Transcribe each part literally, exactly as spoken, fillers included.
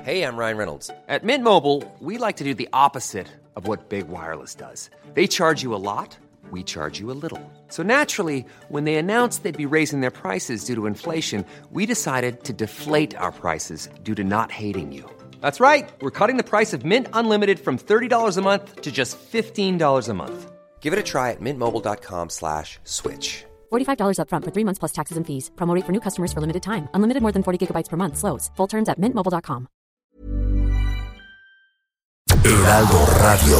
Hey, I'm Ryan Reynolds. At Mint Mobile, we like to do the opposite of what Big Wireless does. They charge you a lot, we charge you a little. So naturally, when they announced they'd be raising their prices due to inflation, we decided to deflate our prices due to not hating you. That's right. We're cutting the price of Mint Unlimited from thirty dollars a month to just fifteen dollars a month. Give it a try at mintmobile.com slash switch. forty-five dollars up front for three months plus taxes and fees. Promo rate for new customers for limited time. Unlimited more than forty gigabytes per month. Slows full terms at mint mobile dot com. Heraldo Radio.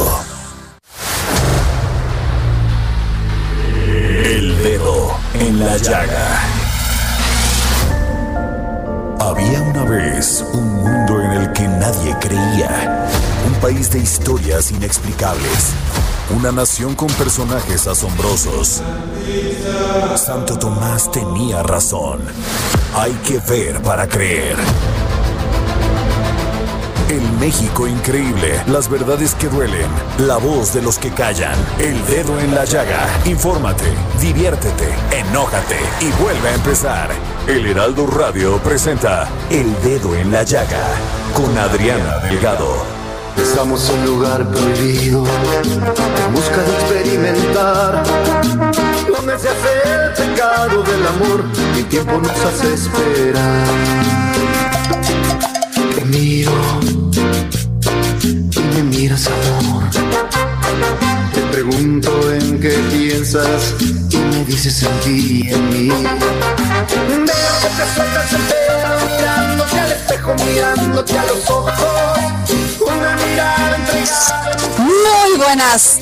El dedo en la llaga. Había una vez un mundo en el que nadie creía. Un país de historias inexplicables. Una nación con personajes asombrosos. Santo Tomás tenía razón. Hay que ver para creer. El México increíble, las verdades que duelen, la voz de los que callan, el dedo en la llaga. Infórmate, diviértete, enójate y vuelve a empezar. El Heraldo Radio presenta El Dedo en la Llaga con Adriana Delgado. Estamos en un lugar prohibido, en busca de experimentar, donde se hace el pecado del amor y el tiempo nos hace esperar. Te miro y me miras, amor. Te pregunto en qué piensas y me dices en ti y en mí. Veo que te sueltas el pelo mirándote al espejo, mirándote a los ojos. Una mirada entregada. Muy buenas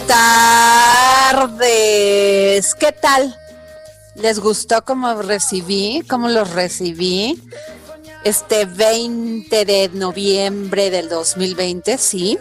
tardes. ¿Qué tal? ¿Les gustó cómo recibí? ¿Cómo los recibí? Este veinte de noviembre del dos mil veinte, sí.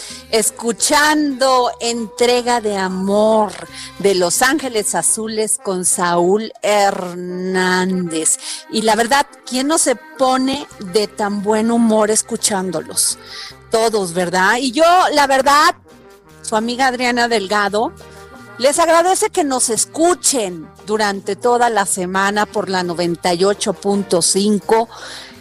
Escuchando Entrega de Amor de Los Ángeles Azules con Saúl Hernández. Y la verdad, ¿quién no se pone de tan buen humor escuchándolos? Todos, ¿verdad? Y yo, la verdad, su amiga Adriana Delgado, les agradece que nos escuchen durante toda la semana por la noventa y ocho punto cinco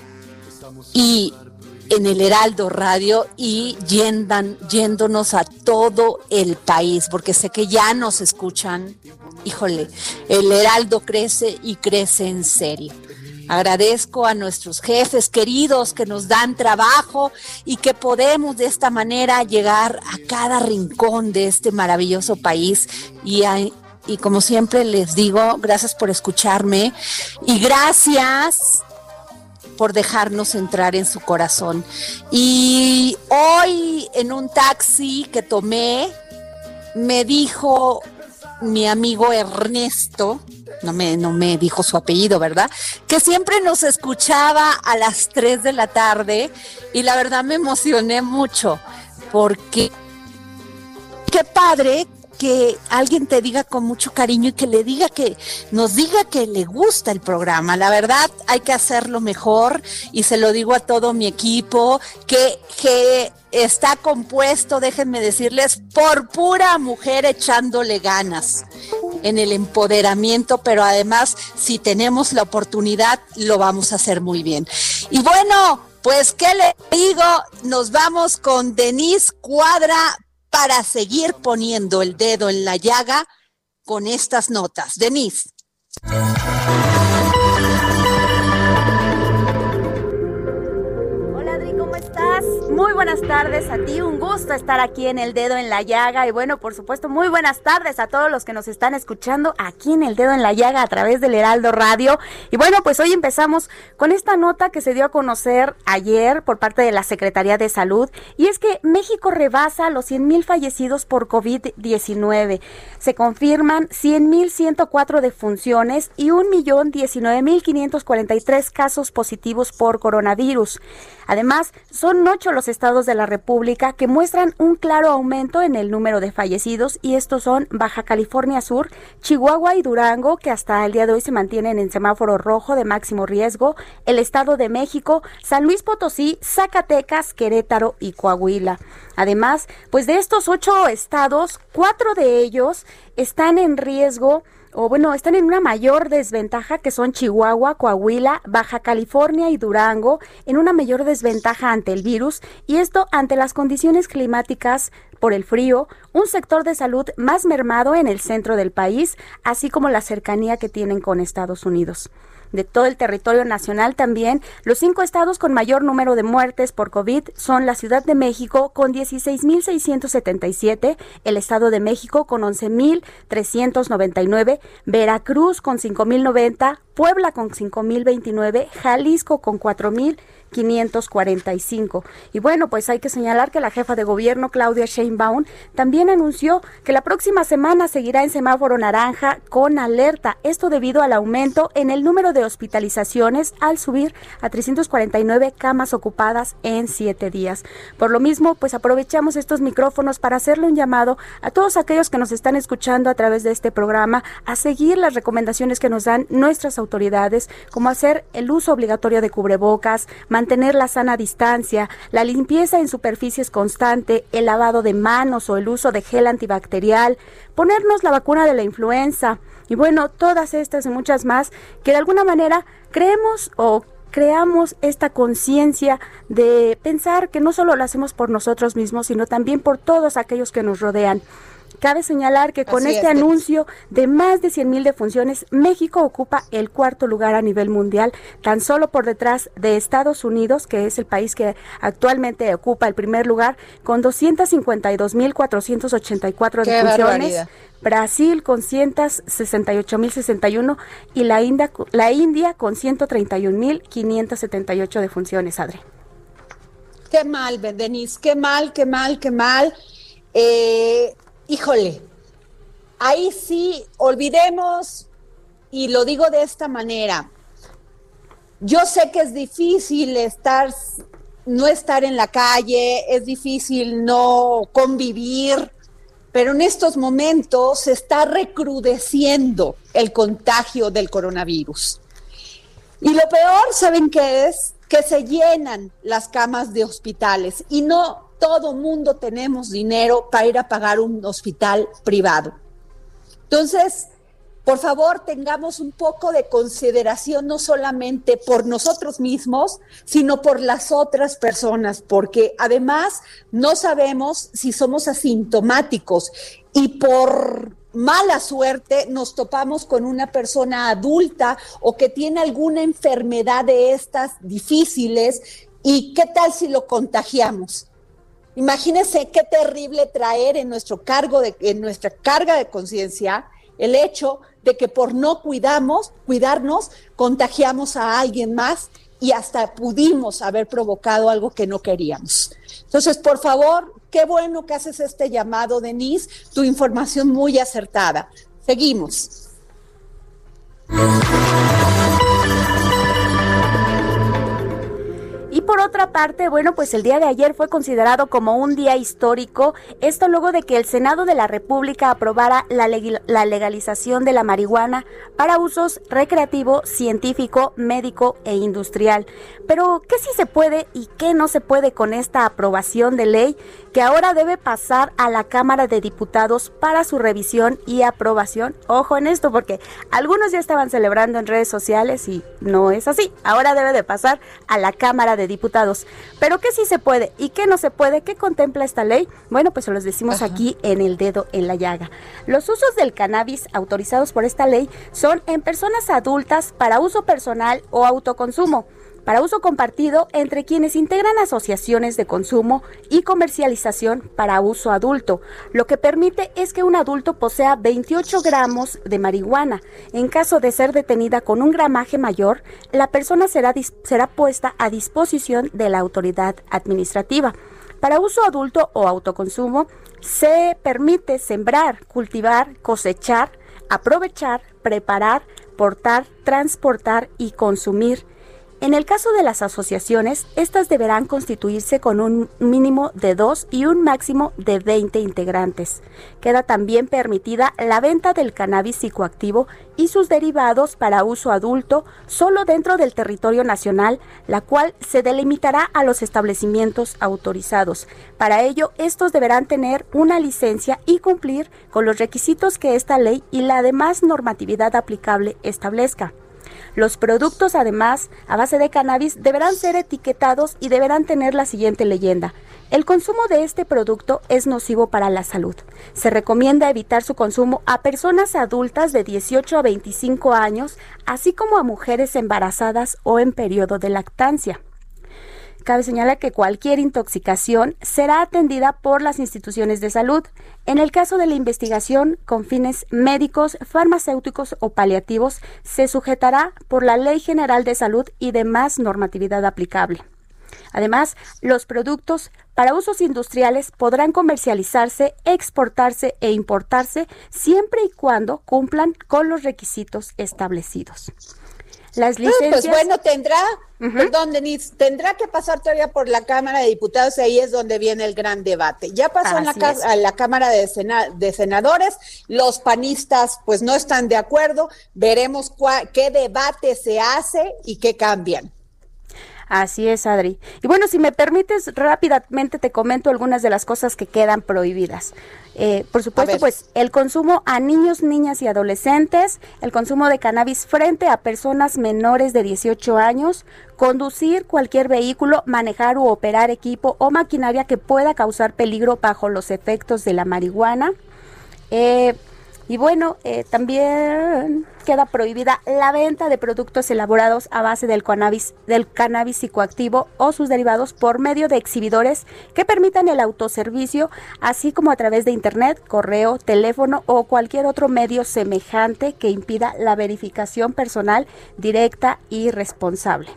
y en el Heraldo Radio y yendan, yéndonos a todo el país, porque sé que ya nos escuchan. Híjole, el Heraldo crece y crece en serio. Agradezco a nuestros jefes queridos que nos dan trabajo y que podemos de esta manera llegar a cada rincón de este maravilloso país. Y, a, y como siempre les digo, gracias por escucharme y gracias por dejarnos entrar en su corazón. Y hoy en un taxi que tomé, me dijo mi amigo Ernesto, no me, no me dijo su apellido, ¿verdad?, que siempre nos escuchaba a las tres de la tarde, y la verdad me emocioné mucho, porque qué padre que alguien te diga con mucho cariño y que le diga que nos diga que le gusta el programa. La verdad, hay que hacerlo mejor, y se lo digo a todo mi equipo, que, que está compuesto, déjenme decirles, por pura mujer echándole ganas en el empoderamiento, pero además, si tenemos la oportunidad, lo vamos a hacer muy bien. Y bueno, pues, ¿qué le digo? Nos vamos con Denise Cuadra para seguir poniendo el dedo en la llaga con estas notas. Denise. Hola Adri, ¿cómo estás? Muy buenas tardes a ti, un gusto estar aquí en El Dedo en la Llaga y bueno, por supuesto, muy buenas tardes a todos los que nos están escuchando aquí en El Dedo en la Llaga a través del Heraldo Radio. Y bueno, pues hoy empezamos con esta nota que se dio a conocer ayer por parte de la Secretaría de Salud, y es que México rebasa los cien mil fallecidos por covid diecinueve. Se confirman cien mil ciento cuatro defunciones y un millón diecinueve mil quinientos cuarenta y tres casos positivos por coronavirus. Además, son ocho los estados de la República que muestran un claro aumento en el número de fallecidos, y estos son Baja California Sur, Chihuahua y Durango, que hasta el día de hoy se mantienen en semáforo rojo de máximo riesgo, el Estado de México, San Luis Potosí, Zacatecas, Querétaro y Coahuila. Además, pues de estos ocho estados, cuatro de ellos están en riesgo o bueno, están en una mayor desventaja, que son Chihuahua, Coahuila, Baja California y Durango, en una mayor desventaja ante el virus, y esto ante las condiciones climáticas por el frío, un sector de salud más mermado en el centro del país, así como la cercanía que tienen con Estados Unidos. De todo el territorio nacional también, los cinco estados con mayor número de muertes por COVID son la Ciudad de México con dieciséis mil seiscientos setenta y siete, el Estado de México con once mil trescientos noventa y nueve, Veracruz con cinco mil noventa, Puebla con cinco mil veintinueve, Jalisco con cuatro mil quinientos cuarenta y cinco. Y bueno, pues hay que señalar que la jefa de gobierno, Claudia Sheinbaum, también anunció que la próxima semana seguirá en semáforo naranja con alerta. Esto debido al aumento en el número de hospitalizaciones al subir a trescientas cuarenta y nueve camas ocupadas en siete días. Por lo mismo, pues aprovechamos estos micrófonos para hacerle un llamado a todos aquellos que nos están escuchando a través de este programa a seguir las recomendaciones que nos dan nuestras autoridades, como hacer el uso obligatorio de cubrebocas, mantener la sana distancia, la limpieza en superficies constante, el lavado de manos o el uso de gel antibacterial, ponernos la vacuna de la influenza y bueno, todas estas y muchas más que de alguna manera creemos o creamos esta conciencia de pensar que no solo lo hacemos por nosotros mismos, sino también por todos aquellos que nos rodean. Cabe señalar que con Así este es, anuncio de más de cien mil defunciones, México ocupa el cuarto lugar a nivel mundial, tan solo por detrás de Estados Unidos, que es el país que actualmente ocupa el primer lugar, con doscientas cincuenta y dos mil cuatrocientas ochenta y cuatro Qué defunciones. barbaridad. Brasil con ciento sesenta y ocho mil sesenta y uno y la India, la India con ciento treinta y un mil quinientas setenta y ocho defunciones, Adri. Qué mal, Denise, qué mal, qué mal, qué mal. Eh... Híjole, ahí sí, olvidemos, y lo digo de esta manera, yo sé que es difícil estar, no estar en la calle, es difícil no convivir, pero en estos momentos se está recrudeciendo el contagio del coronavirus. Y lo peor, ¿saben qué es? Que se llenan las camas de hospitales y no todo mundo tenemos dinero para ir a pagar un hospital privado. Entonces, por favor, tengamos un poco de consideración no solamente por nosotros mismos, sino por las otras personas, porque además no sabemos si somos asintomáticos y por mala suerte nos topamos con una persona adulta o que tiene alguna enfermedad de estas difíciles y qué tal si lo contagiamos. Imagínense qué terrible traer en nuestro cargo de, en nuestra carga de conciencia el hecho de que por no cuidamos, cuidarnos, contagiamos a alguien más y hasta pudimos haber provocado algo que no queríamos. Entonces, por favor, qué bueno que haces este llamado, Denise, tu información muy acertada. Seguimos. Y por otra parte, bueno, pues el día de ayer fue considerado como un día histórico, esto luego de que el Senado de la República aprobara la, leg- la legalización de la marihuana para usos recreativo, científico, médico e industrial. Pero, ¿qué sí se puede y qué no se puede con esta aprobación de ley que ahora debe pasar a la Cámara de Diputados para su revisión y aprobación? Ojo en esto, porque algunos ya estaban celebrando en redes sociales y no es así. Ahora debe de pasar a la Cámara de Diputados. Pero ¿qué sí se puede y qué no se puede? ¿Qué contempla esta ley? Bueno, pues se los decimos Ajá. aquí en el dedo en la llaga. Los usos del cannabis autorizados por esta ley son en personas adultas para uso personal o autoconsumo, para uso compartido entre quienes integran asociaciones de consumo y comercialización para uso adulto. Lo que permite es que un adulto posea veintiocho gramos de marihuana. En caso de ser detenida con un gramaje mayor, la persona será, será puesta a disposición de la autoridad administrativa. Para uso adulto o autoconsumo, se permite sembrar, cultivar, cosechar, aprovechar, preparar, portar, transportar y consumir. En el caso de las asociaciones, estas deberán constituirse con un mínimo de dos y un máximo de veinte integrantes. Queda también permitida la venta del cannabis psicoactivo y sus derivados para uso adulto solo dentro del territorio nacional, la cual se delimitará a los establecimientos autorizados. Para ello, estos deberán tener una licencia y cumplir con los requisitos que esta ley y la demás normatividad aplicable establezca. Los productos, además, a base de cannabis, deberán ser etiquetados y deberán tener la siguiente leyenda. El consumo de este producto es nocivo para la salud. Se recomienda evitar su consumo a personas adultas de dieciocho a veinticinco años, así como a mujeres embarazadas o en periodo de lactancia. Cabe señalar que cualquier intoxicación será atendida por las instituciones de salud. En el caso de la investigación con fines médicos, farmacéuticos o paliativos, se sujetará por la Ley General de Salud y demás normatividad aplicable. Además, los productos para usos industriales podrán comercializarse, exportarse e importarse siempre y cuando cumplan con los requisitos establecidos. Las licencias... Pues bueno, tendrá, uh-huh. perdón, Denise, tendrá que pasar todavía por la Cámara de Diputados y ahí es donde viene el gran debate. Ya pasó en la, ca- la Cámara de, Sena- de Senadores, los panistas pues no están de acuerdo, veremos cua- qué debate se hace y qué cambian. Así es, Adri. Y bueno, si me permites, rápidamente te comento algunas de las cosas que quedan prohibidas. Eh, por supuesto, pues el consumo a niños, niñas y adolescentes, el consumo de cannabis frente a personas menores de dieciocho años, conducir cualquier vehículo, manejar u operar equipo o maquinaria que pueda causar peligro bajo los efectos de la marihuana. Eh, Y bueno, eh, también queda prohibida la venta de productos elaborados a base del cannabis, del cannabis psicoactivo o sus derivados por medio de exhibidores que permitan el autoservicio, así como a través de internet, correo, teléfono o cualquier otro medio semejante que impida la verificación personal directa y responsable.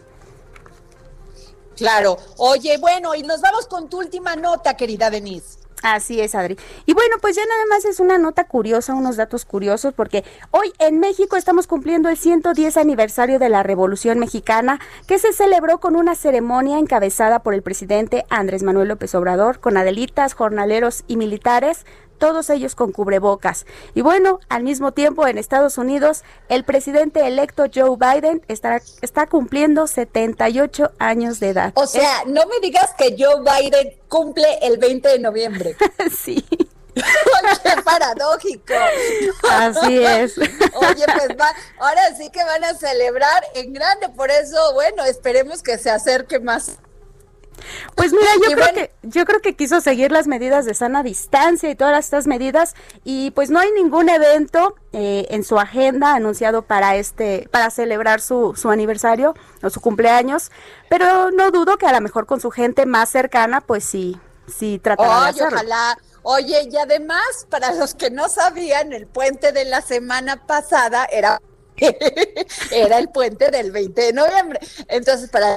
Claro. Oye, bueno, y nos vamos con tu última nota, querida Denise. Así es, Adri. Y bueno, pues ya nada más es una nota curiosa, unos datos curiosos, porque hoy en México estamos cumpliendo el ciento diez aniversario de la Revolución Mexicana, que se celebró con una ceremonia encabezada por el presidente Andrés Manuel López Obrador, con adelitas, jornaleros y militares, todos ellos con cubrebocas. Y bueno, al mismo tiempo en Estados Unidos, el presidente electo Joe Biden estará, está cumpliendo setenta y ocho años de edad. O sea, no me digas que Joe Biden cumple el veinte de noviembre. Sí. ¡Qué paradójico! Así es. Oye, pues va, ahora sí que van a celebrar en grande, por eso, bueno, esperemos que se acerque más. Pues mira, yo y creo bueno, que yo creo que quiso seguir las medidas de sana distancia y todas estas medidas, y pues no hay ningún evento eh, en su agenda anunciado para este para celebrar su su aniversario o su cumpleaños, pero no dudo que a lo mejor con su gente más cercana pues sí sí tratará de hacerlo. Ojalá. Oye, y además, para los que no sabían, el puente de la semana pasada era era el puente del veinte de noviembre. Entonces, para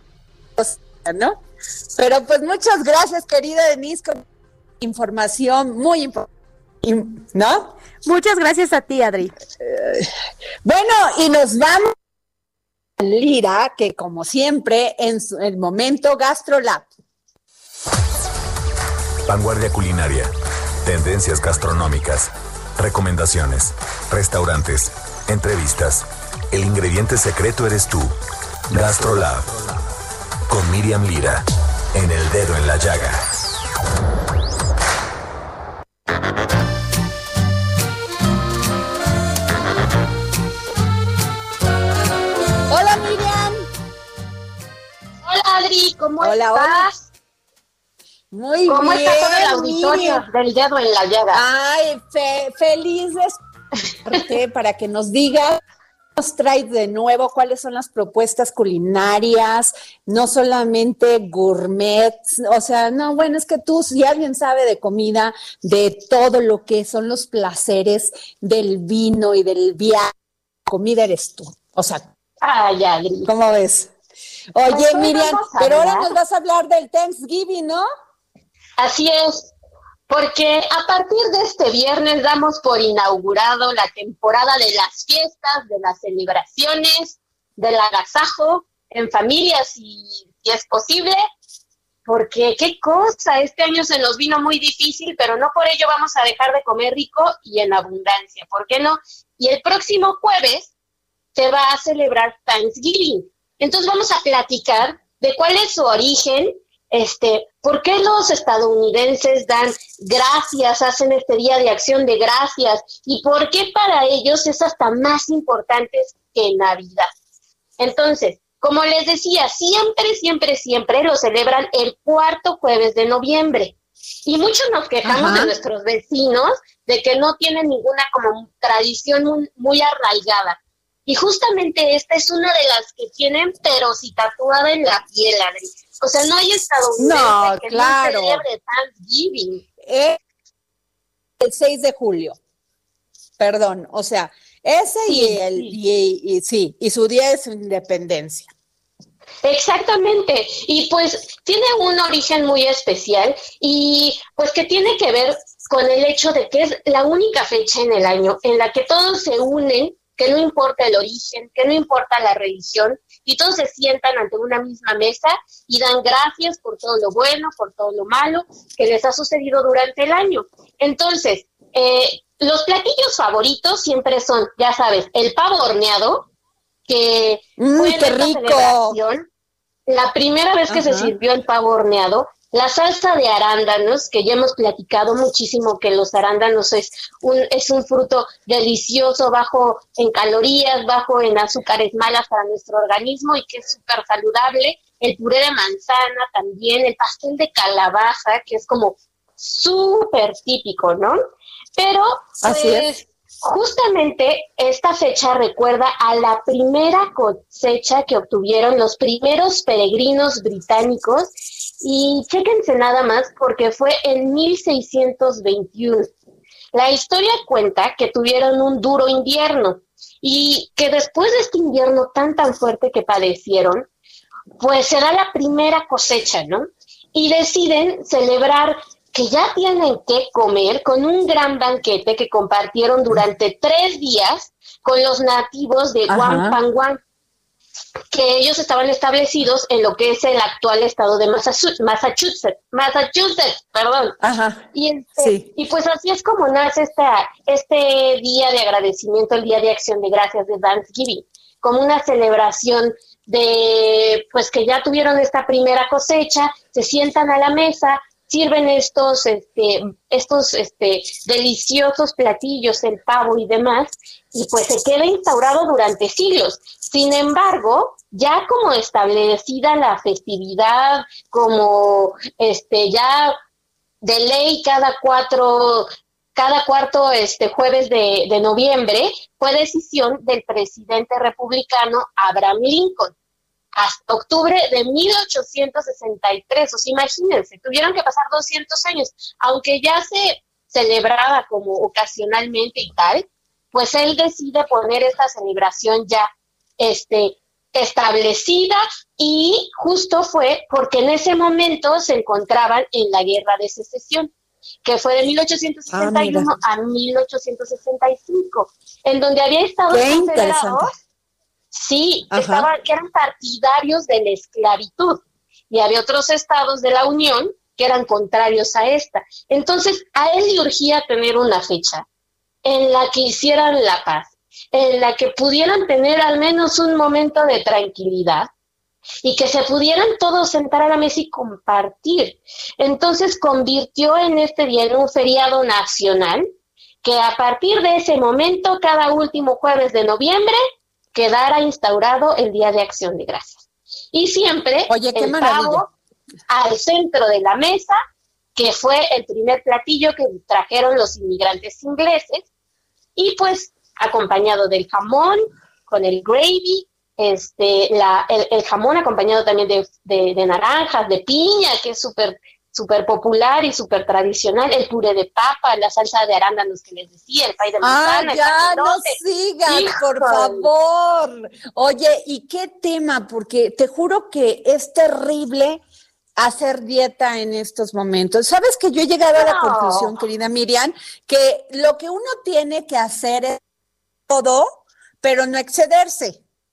¿no? Pero pues muchas gracias, querida Denise, con información muy importante, ¿no? Muchas gracias a ti, Adri. Eh, bueno, y nos vamos a Lira, que como siempre, en su, el momento GastroLab. Vanguardia culinaria, tendencias gastronómicas, recomendaciones, restaurantes, entrevistas. El ingrediente secreto eres tú. GastroLab. Con Miriam Lira, en El Dedo en la Llaga. Hola, Miriam. Hola, Adri, ¿cómo hola, estás? Hola. Muy ¿Cómo bien. ¿Cómo está todo el auditorio Miriam? Del Dedo en la Llaga? Ay, fe- felices para que nos digas. Nos trae de nuevo cuáles son las propuestas culinarias, no solamente gourmet, o sea, no, bueno, es que tú, si alguien sabe de comida, de todo lo que son los placeres del vino y del viaje, comida eres tú, o sea, ay, Adri. ¿Cómo ves? Oye, pues Miriam, pero ahora nos vas a hablar del Thanksgiving, ¿no? Así es. Porque a partir de este viernes damos por inaugurado la temporada de las fiestas, de las celebraciones, del agasajo en familia si, si es posible, porque qué cosa, este año se nos vino muy difícil, pero no por ello vamos a dejar de comer rico y en abundancia, ¿por qué no? Y el próximo jueves se va a celebrar Thanksgiving, entonces vamos a platicar de cuál es su origen, este, por qué los estadounidenses dan gracias, hacen este Día de Acción de Gracias, y por qué para ellos es hasta más importante que Navidad. Entonces, como les decía, siempre, siempre, siempre lo celebran el cuarto jueves de noviembre. Y muchos nos quejamos Ajá. de nuestros vecinos de que no tienen ninguna como tradición muy, muy arraigada. Y justamente esta es una de las que tienen, pero si tatuada en la piel, Adri. O sea, no hay estadounidense no, que claro. no celebre Thanksgiving. Eh, el seis de julio. Perdón, o sea, ese sí, y el sí. Y, y, sí, y su día de su independencia. Exactamente, y pues tiene un origen muy especial y pues que tiene que ver con el hecho de que es la única fecha en el año en la que todos se unen, que no importa el origen, que no importa la religión, y todos se sientan ante una misma mesa y dan gracias por todo lo bueno, por todo lo malo que les ha sucedido durante el año. Entonces, eh, los platillos favoritos siempre son, ya sabes, el pavo horneado, que mm, fue en qué esta rico. celebración la primera vez que Ajá. se sirvió el pavo horneado, la salsa de arándanos, que ya hemos platicado muchísimo que los arándanos es un, es un fruto delicioso, bajo en calorías, bajo en azúcares malas para nuestro organismo y que es súper saludable, el puré de manzana también, el pastel de calabaza, que es como súper típico, ¿no? Pero, Así pues, es. Justamente esta fecha recuerda a la primera cosecha que obtuvieron los primeros peregrinos británicos y chéquense nada más porque fue en mil seiscientos veintiuno. La historia cuenta que tuvieron un duro invierno y que después de este invierno tan tan fuerte que padecieron, pues se da la primera cosecha, ¿no? Y deciden celebrar que ya tienen que comer con un gran banquete que compartieron durante tres días con los nativos de Wampanoag, que ellos estaban establecidos en lo que es el actual estado de Massachusetts, Massachusetts, Massachusetts, perdón. Ajá. Y, este, sí. y pues así es como nace esta, este día de agradecimiento, el Día de Acción de Gracias de Thanksgiving, como una celebración de, pues que ya tuvieron esta primera cosecha, se sientan a la mesa, sirven estos, este, estos, este, deliciosos platillos, el pavo y demás, y pues se queda instaurado durante siglos. Sin embargo, ya como establecida la festividad, como, este, ya de ley cada cuatro, cada cuarto, este, jueves de, de noviembre, fue decisión del presidente republicano Abraham Lincoln. Hasta octubre de mil ochocientos sesenta y tres, o sea, imagínense, tuvieron que pasar doscientos años, aunque ya se celebraba como ocasionalmente y tal, pues él decide poner esta celebración ya este, establecida, y justo fue porque en ese momento se encontraban en la Guerra de Secesión, que fue de mil ochocientos sesenta y uno ah, a mil ochocientos sesenta y cinco, en donde había estados confederados. Sí, estaban, que eran partidarios de la esclavitud, y había otros estados de la Unión que eran contrarios a esta. Entonces, a él le urgía tener una fecha en la que hicieran la paz, en la que pudieran tener al menos un momento de tranquilidad y que se pudieran todos sentar a la mesa y compartir. Entonces, convirtió en este día en un feriado nacional que a partir de ese momento, cada último jueves de noviembre, quedara instaurado el Día de Acción de Gracias. Y siempre Oye, qué el maravilla. pavo al centro de la mesa, que fue el primer platillo que trajeron los inmigrantes ingleses, y pues acompañado del jamón, con el gravy, este, la, el, el jamón acompañado también de, de, de naranjas, de piña, que es súper súper popular y súper tradicional, el puré de papa, la salsa de arándanos que les decía, el pay de manzana. Ah, ya, no sigan, Hijo. por favor. Oye, ¿y qué tema? Porque te juro que es terrible hacer dieta en estos momentos. ¿Sabes que yo he llegado no. a la conclusión, querida Miriam, que lo que uno tiene que hacer es todo, pero no excederse?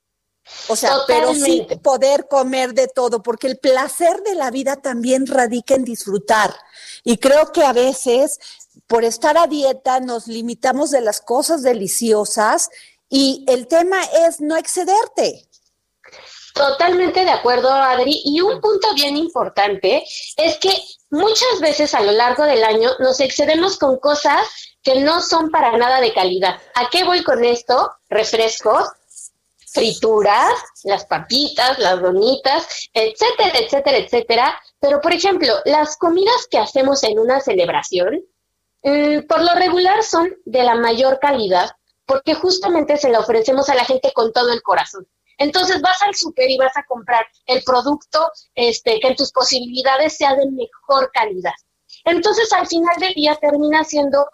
O sea, Totalmente. pero sí poder comer de todo, porque el placer de la vida también radica en disfrutar. Y creo que a veces, por estar a dieta, nos limitamos de las cosas deliciosas y el tema es no excederte. Totalmente de acuerdo, Adri. Y un punto bien importante es que muchas veces a lo largo del año nos excedemos con cosas que no son para nada de calidad. ¿A qué voy con esto? Refrescos, frituras, las papitas, las donitas, etcétera, etcétera, etcétera. Pero, por ejemplo, las comidas que hacemos en una celebración, mmm, por lo regular son de la mayor calidad, porque justamente se la ofrecemos a la gente con todo el corazón. Entonces vas al súper y vas a comprar el producto este, que en tus posibilidades sea de mejor calidad. Entonces al final del día termina siendo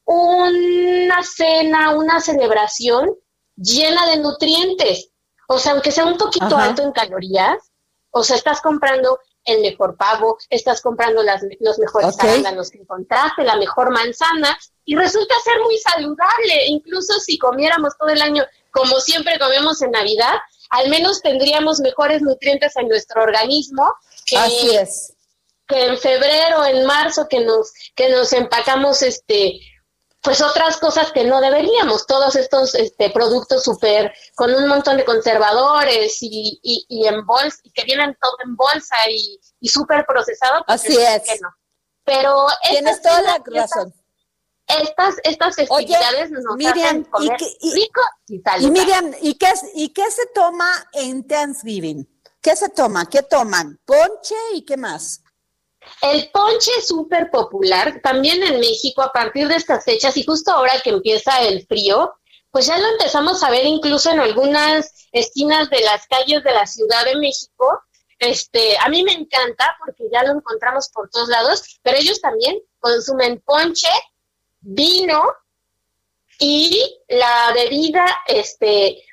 una cena, una celebración llena de nutrientes. O sea, aunque sea un poquito Ajá. alto en calorías, o sea, estás comprando el mejor pavo, estás comprando las, los mejores okay. arándanos que encontraste, la mejor manzana, y resulta ser muy saludable. Incluso si comiéramos todo el año como siempre comemos en Navidad, al menos tendríamos mejores nutrientes en nuestro organismo que, Así es. que en febrero, en marzo, que nos, que nos empacamos este pues otras cosas que no deberíamos, todos estos este productos súper, con un montón de conservadores y, y, y en bolsa, y que vienen todo en bolsa y, y súper procesado. Así es. Que no. Pero tienes toda la razón. Estas, estas festividades Oye, nos Miriam, hacen comer y que, y, rico y saludable. Y Miriam, ¿y qué, ¿y qué se toma en Thanksgiving? ¿Qué se toma? ¿Qué toman? ¿Ponche y qué más? El ponche es súper popular, también en México a partir de estas fechas, y justo ahora que empieza el frío, pues ya lo empezamos a ver incluso en algunas esquinas de las calles de la Ciudad de México. Este, a mí me encanta porque ya lo encontramos por todos lados, pero ellos también consumen ponche, vino y la bebida, este,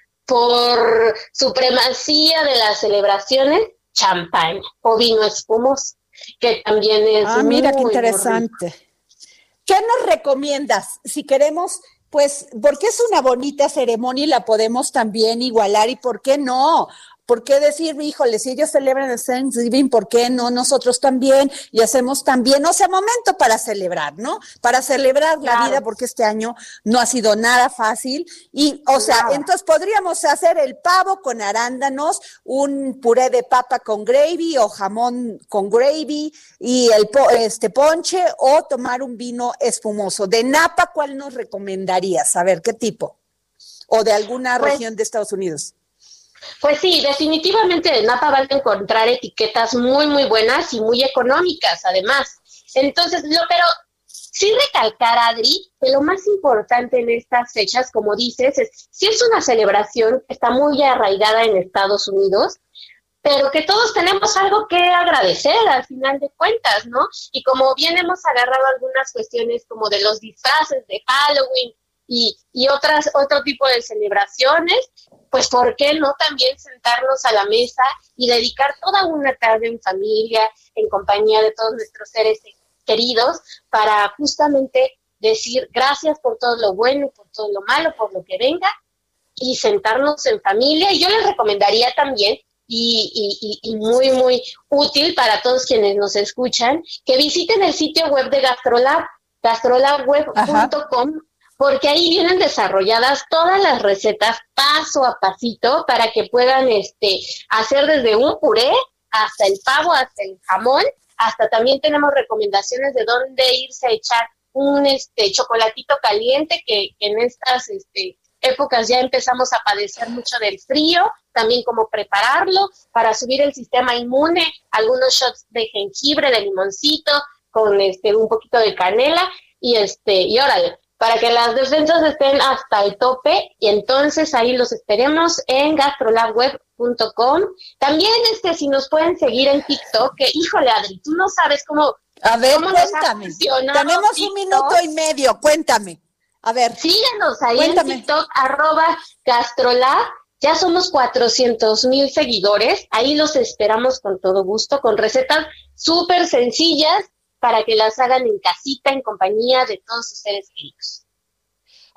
por supremacía de las celebraciones, champaña o vino espumoso, que también es Ah, mira, muy, qué interesante. ¿Qué nos recomiendas? Si queremos, pues, porque es una bonita ceremonia y la podemos también igualar, y ¿por qué no? ¿Por qué decir, híjole, si ellos celebran el Thanksgiving, ¿por qué no nosotros también? Y hacemos también, o sea, momento para celebrar, ¿no? Para celebrar claro. la vida, porque este año no ha sido nada fácil. Y, o sea, nada. Entonces podríamos hacer el pavo con arándanos, un puré de papa con gravy o jamón con gravy y el po- este ponche, o tomar un vino espumoso. De Napa, ¿cuál nos recomendarías? A ver, ¿qué tipo? O de alguna pues, región de Estados Unidos. Pues sí, definitivamente de Napa van a encontrar etiquetas muy, muy buenas y muy económicas, además. Entonces, lo, pero sí recalcar, Adri, que lo más importante en estas fechas, como dices, es si es una celebración que está muy arraigada en Estados Unidos, pero que todos tenemos algo que agradecer al final de cuentas, ¿no? Y como bien hemos agarrado algunas cuestiones como de los disfraces de Halloween y, y otras otro tipo de celebraciones, pues ¿por qué no también sentarnos a la mesa y dedicar toda una tarde en familia, en compañía de todos nuestros seres queridos, para justamente decir gracias por todo lo bueno, por todo lo malo, por lo que venga, y sentarnos en familia? Y yo les recomendaría también, y, y, y muy, muy útil para todos quienes nos escuchan, que visiten el sitio web de GastroLab, gastrolab web punto com, porque ahí vienen desarrolladas todas las recetas paso a pasito para que puedan este hacer desde un puré hasta el pavo, hasta el jamón, hasta también tenemos recomendaciones de dónde irse a echar un este chocolatito caliente, que, que en estas este épocas ya empezamos a padecer mucho del frío, también cómo prepararlo para subir el sistema inmune, algunos shots de jengibre, de limoncito, con este un poquito de canela, y este y órale, para que las defensas estén hasta el tope, y entonces ahí los esperemos en gastrolab web punto com. También este si nos pueden seguir en TikTok, que híjole, Adri, tú no sabes cómo A ver, cómo cuéntame. Tenemos TikTok. Un minuto y medio, cuéntame. A ver. Síguenos ahí cuéntame. en TikTok, arroba gastrolab. Ya somos cuatrocientos mil seguidores. Ahí los esperamos con todo gusto, con recetas súper sencillas, para que las hagan en casita, en compañía de todos sus seres queridos.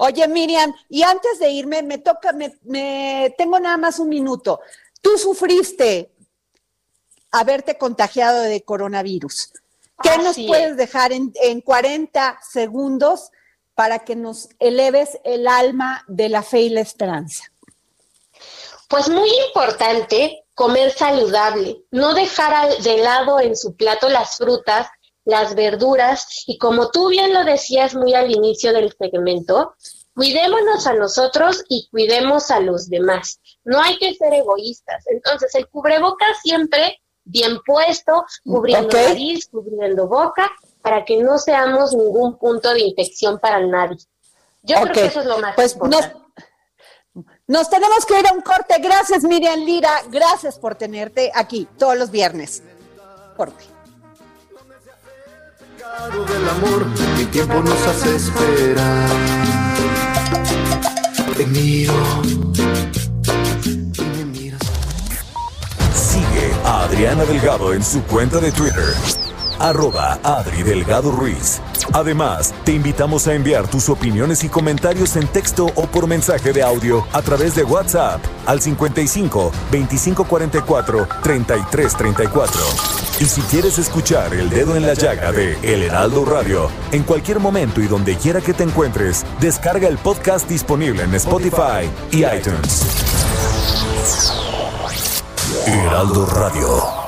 Oye, Miriam, y antes de irme, me toca, me, me tengo nada más un minuto. Tú sufriste haberte contagiado de coronavirus. ¿Qué Así nos puedes es. dejar en, en cuarenta segundos para que nos eleves el alma de la fe y la esperanza? Pues muy importante comer saludable, no dejar de lado en su plato las frutas, las verduras, y como tú bien lo decías muy al inicio del segmento, cuidémonos a nosotros y cuidemos a los demás. No hay que ser egoístas. Entonces, el cubrebocas siempre bien puesto, cubriendo okay. nariz, cubriendo boca, para que no seamos ningún punto de infección para nadie. Yo okay. creo que eso es lo más pues importante. Nos, nos tenemos que ir a un corte. Gracias, Miriam Lira. Gracias por tenerte aquí todos los viernes. Corte. Del amor, mi tiempo nos hace esperar. Te miro y me miras. Sigue a Adriana Delgado en su cuenta de Twitter, arroba Adri Delgado Ruiz. Además, te invitamos a enviar tus opiniones y comentarios en texto o por mensaje de audio a través de WhatsApp al cincuenta y cinco, veinticinco cuarenta y cuatro, treinta y tres treinta y cuatro. Y si quieres escuchar El Dedo en la Llaga de El Heraldo Radio, en cualquier momento y donde quiera que te encuentres, descarga el podcast disponible en Spotify y iTunes. Heraldo Radio.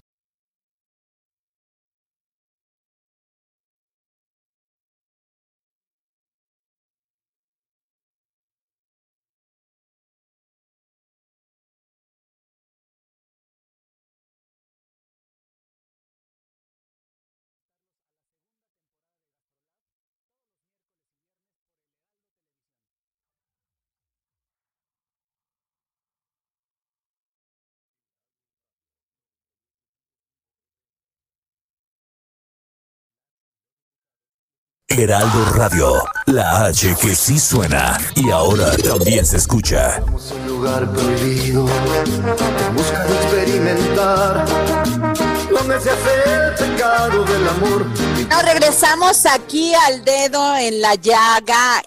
Heraldo Radio, la H que sí suena y ahora también se escucha. Somos un lugar prohibido, en busca de experimentar, donde se hace el pecado del amor. Nos regresamos aquí al Dedo en la Llaga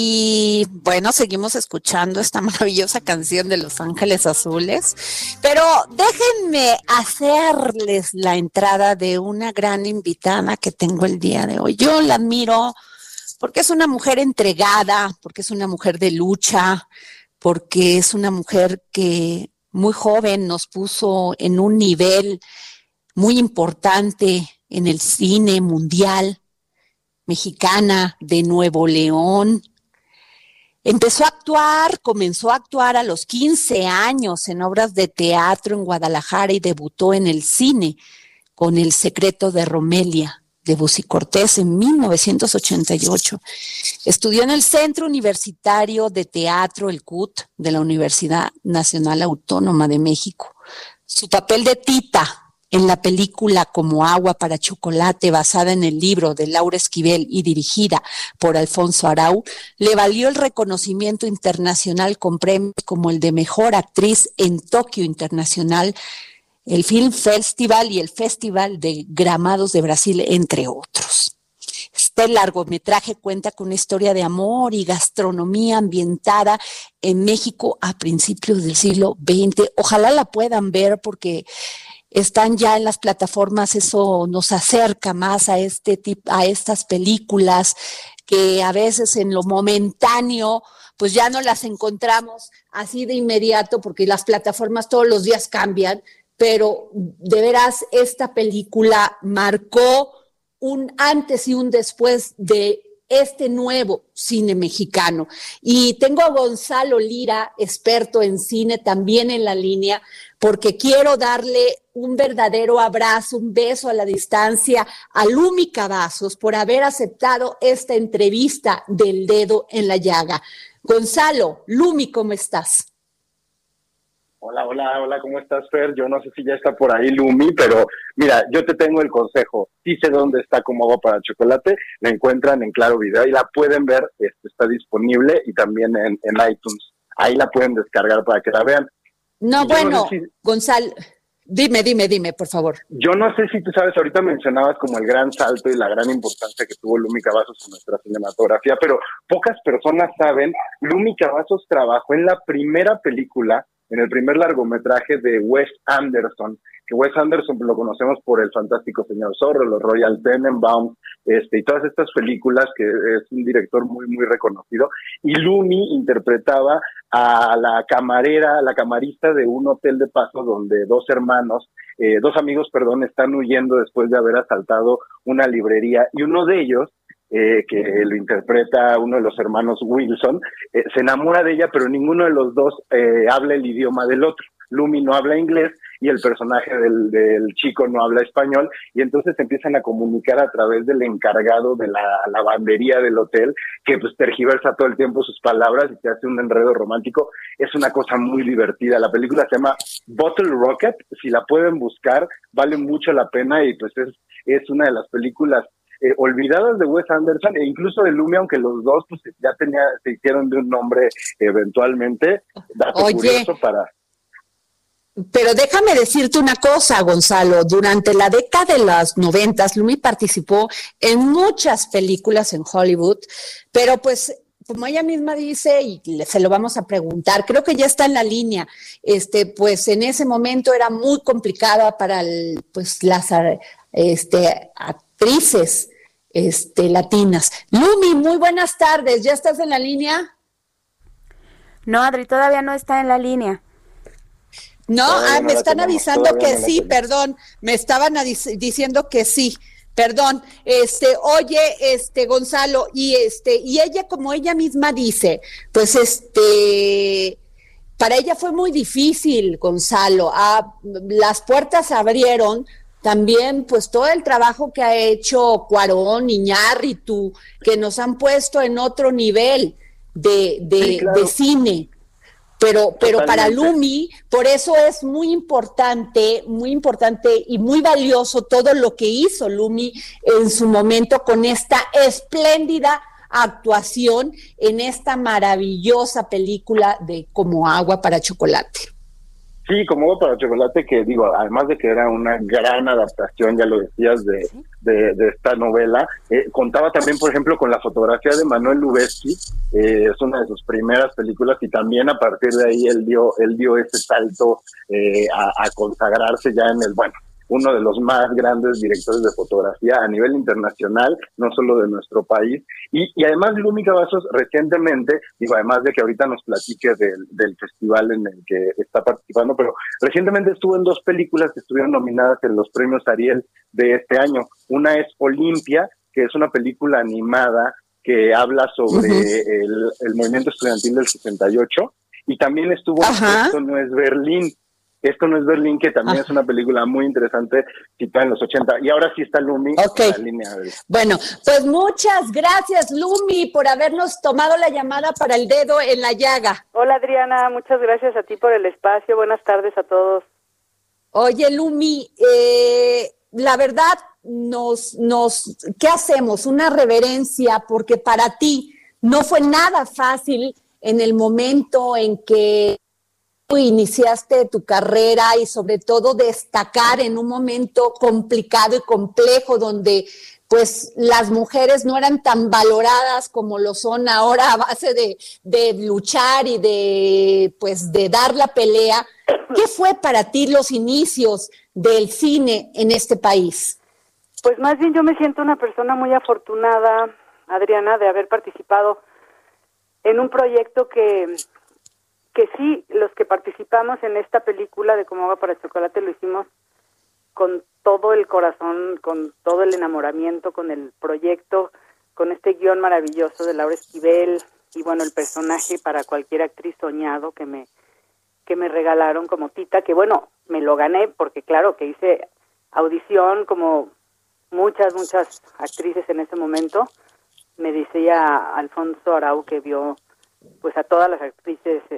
y bueno, seguimos escuchando esta maravillosa canción de Los Ángeles Azules, pero déjenme hacerles la entrada de una gran invitada que tengo el día de hoy. Yo la admiro porque es una mujer entregada, porque es una mujer de lucha, porque es una mujer que muy joven nos puso en un nivel muy importante en el cine mundial, mexicana de Nuevo León. Empezó a actuar, comenzó a actuar a los quince años en obras de teatro en Guadalajara y debutó en el cine con El secreto de Romelia de Bussy Cortés en mil novecientos ochenta y ocho. Estudió en el Centro Universitario de Teatro, el C U T, de la Universidad Nacional Autónoma de México. Su papel de Tita en la película Como agua para chocolate, basada en el libro de Laura Esquivel y dirigida por Alfonso Arau, le valió el reconocimiento internacional con premios como el de Mejor Actriz en Tokio Internacional, el Film Festival y el Festival de Gramados de Brasil, entre otros. Este largometraje cuenta con una historia de amor y gastronomía ambientada en México a principios del siglo veinte. Ojalá la puedan ver porque están ya en las plataformas, eso nos acerca más a este tipo, a estas películas que a veces en lo momentáneo pues ya no las encontramos así de inmediato porque las plataformas todos los días cambian, pero de veras esta película marcó un antes y un después de este nuevo cine mexicano. Y tengo a Gonzalo Lira, experto en cine, también en la línea, porque quiero darle un verdadero abrazo, un beso a la distancia a Lumi Cavazos por haber aceptado esta entrevista del Dedo en la Llaga. Gonzalo, Lumi, ¿cómo estás? Hola, hola, hola, ¿cómo estás, Fer? Yo no sé si ya está por ahí Lumi, pero mira, yo te tengo el consejo. Sí sé dónde está Como agua para chocolate, la encuentran en Claro Video y la pueden ver, este, está disponible y también en, en iTunes. Ahí la pueden descargar para que la vean. No, y bueno, no sé si... Gonzalo, Dime, dime, dime, por favor. Yo no sé si tú sabes, ahorita mencionabas como el gran salto y la gran importancia que tuvo Lumi Cavazos en nuestra cinematografía, pero pocas personas saben, Lumi Cavazos trabajó en la primera película, en el primer largometraje de Wes Anderson, que Wes Anderson lo conocemos por El Fantástico Señor Zorro, Los Royal Tenenbaums, este, y todas estas películas, que es un director muy, muy reconocido, y Lumi interpretaba a la camarera, la camarista de un hotel de paso donde dos hermanos, eh, dos amigos, perdón, están huyendo después de haber asaltado una librería, y uno de ellos, Eh, que lo interpreta uno de los hermanos Wilson, eh, se enamora de ella, pero ninguno de los dos eh, habla el idioma del otro. Lumi no habla inglés y el personaje del, del chico no habla español, y entonces se empiezan a comunicar a través del encargado de la lavandería del hotel, que pues tergiversa todo el tiempo sus palabras y te hace un enredo romántico. Es una cosa muy divertida. La película se llama Bottle Rocket, si la pueden buscar, vale mucho la pena, y pues es, es una de las películas Eh, olvidadas de Wes Anderson e incluso de Lumi, aunque los dos pues ya tenía, se hicieron de un nombre eventualmente. Dato Oye, curioso para... Pero déjame decirte una cosa, Gonzalo. Durante la década de los noventas, Lumi participó en muchas películas en Hollywood, pero pues, como ella misma dice, y se lo vamos a preguntar, creo que ya está en la línea, este, pues en ese momento era muy complicada para el, pues las este, actrices este, latinas. Lumi, muy buenas tardes, ¿ya estás en la línea? No, Adri, todavía no está en la línea. No, ah, no me la están tenemos, avisando todavía que no la sí, tenemos. perdón, me estaban adic- diciendo que sí, perdón, este, oye, este, Gonzalo, y este, y ella, como ella misma dice, pues este, para ella fue muy difícil, Gonzalo, ah, las puertas se abrieron, también, pues todo el trabajo que ha hecho Cuarón, Iñárritu, que nos han puesto en otro nivel de, de, Sí, claro. de cine. Pero, pero para Totalmente. Lumi, por eso es muy importante, muy importante y muy valioso todo lo que hizo Lumi en su momento con esta espléndida actuación en esta maravillosa película de Como agua para chocolate. Sí, Como agua para chocolate, que digo, además de que era una gran adaptación, ya lo decías, de, de, de esta novela, eh, contaba también, por ejemplo, con la fotografía de Manuel Lubezki, eh, es una de sus primeras películas, y también a partir de ahí él dio, él dio ese salto eh, a, a consagrarse ya en el, bueno, uno de los más grandes directores de fotografía a nivel internacional, no solo de nuestro país. Y, y además Lumi Cavazos recientemente, digo, además de que ahorita nos platique del, del festival en el que está participando, pero recientemente estuvo en dos películas que estuvieron nominadas en los premios Ariel de este año. Una es Olimpia, que es una película animada que habla sobre uh-huh. el, el movimiento estudiantil del sesenta y ocho, y también estuvo Ajá. Esto no es Berlín. Esto no es Berlín, que también ah. es una película muy interesante, situada en los ochenta. Y ahora sí está Lumi okay. en la línea. De... Bueno, pues muchas gracias, Lumi, por habernos tomado la llamada para El Dedo en la Llaga. Hola, Adriana, muchas gracias a ti por el espacio. Buenas tardes a todos. Oye, Lumi, eh, la verdad, nos, nos, ¿qué hacemos? Una reverencia, porque para ti no fue nada fácil en el momento en que iniciaste tu carrera y sobre todo destacar en un momento complicado y complejo donde pues las mujeres no eran tan valoradas como lo son ahora a base de, de luchar y de pues de dar la pelea. ¿Qué fue para ti los inicios del cine en este país? Pues más bien yo me siento una persona muy afortunada, Adriana, de haber participado en un proyecto que que sí, los que participamos en esta película de Como agua para chocolate lo hicimos con todo el corazón, con todo el enamoramiento, con el proyecto, con este guión maravilloso de Laura Esquivel y bueno, el personaje para cualquier actriz soñado que me que me regalaron como Tita, que bueno, me lo gané porque claro que hice audición como muchas, muchas actrices en ese momento. Me decía Alfonso Arau que vio pues a todas las actrices este,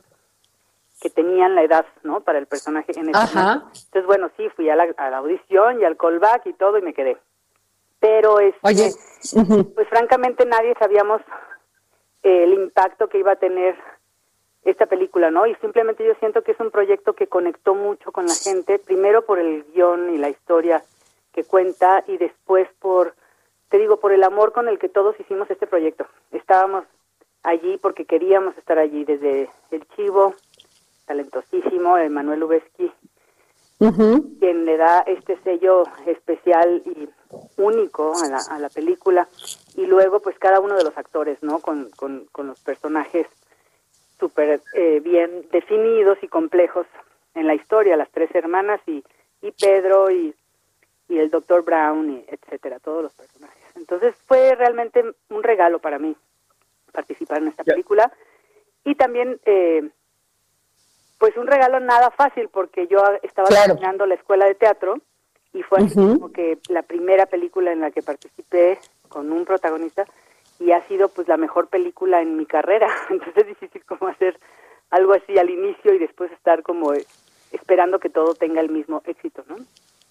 que tenían la edad, ¿no? Para el personaje en ese Ajá. momento. Entonces, bueno, sí, fui a la, a la audición y al callback y todo y me quedé. Pero, este, Oye, uh-huh. pues francamente nadie sabíamos eh, el impacto que iba a tener esta película, ¿no? Y simplemente yo siento que es un proyecto que conectó mucho con la gente, primero por el guión y la historia que cuenta, y después por, te digo, por el amor con el que todos hicimos este proyecto. Estábamos allí porque queríamos estar allí, desde el Chivo, talentosísimo, Emanuel Lubezki, uh-huh. quien le da este sello especial y único a la, a la película, y luego pues cada uno de los actores, ¿no? Con, con, con los personajes súper eh, bien definidos y complejos en la historia, las tres hermanas y, y Pedro y, y el doctor Brown, y etcétera, todos los personajes. Entonces fue realmente un regalo para mí participar en esta película, y también eh, pues un regalo nada fácil, porque yo estaba claro. terminando la escuela de teatro, y fue así uh-huh. como que la primera película en la que participé con un protagonista, y ha sido pues la mejor película en mi carrera. Entonces es difícil como hacer algo así al inicio y después estar como eh, esperando que todo tenga el mismo éxito, ¿no?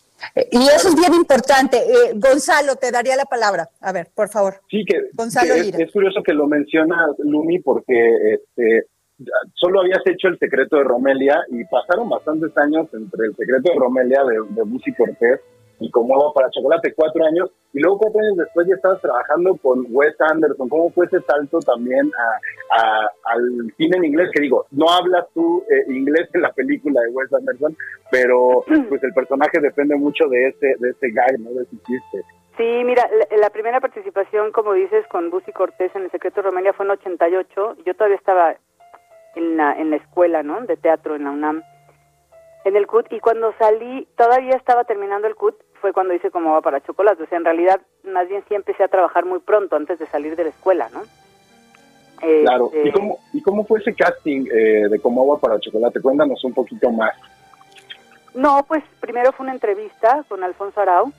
Y eso es bien importante. Eh, Gonzalo, te daría la palabra. A ver, por favor. Sí, que, Gonzalo que es, es curioso que lo mencionas, Lumi, porque este, solo habías hecho El secreto de Romelia, y pasaron bastantes años entre El secreto de Romelia de, de Bussi Cortés y Como agua para chocolate, cuatro años, y luego cuatro años después ya estabas trabajando con Wes Anderson. ¿Cómo fue ese salto también a, a, al cine en inglés? Que digo, no hablas tú eh, inglés en la película de Wes Anderson, pero pues el personaje depende mucho de ese, de ese gag, ¿no? De ese chiste. Sí, mira, la, la primera participación, como dices, con Bussi Cortés en El secreto de Romelia fue en ochenta y ocho. Yo todavía estaba en la, en la escuela, ¿no? De teatro en la UNAM, en el C U T, y cuando salí, todavía estaba terminando el C U T, fue cuando hice Como agua para chocolate. O sea, en realidad, más bien sí empecé a trabajar muy pronto, antes de salir de la escuela, ¿no? Eh, claro. Eh, ¿Y, cómo, ¿Y cómo fue ese casting eh, de Como agua para chocolate? Cuéntanos un poquito más. No, pues primero fue una entrevista con Alfonso Arau,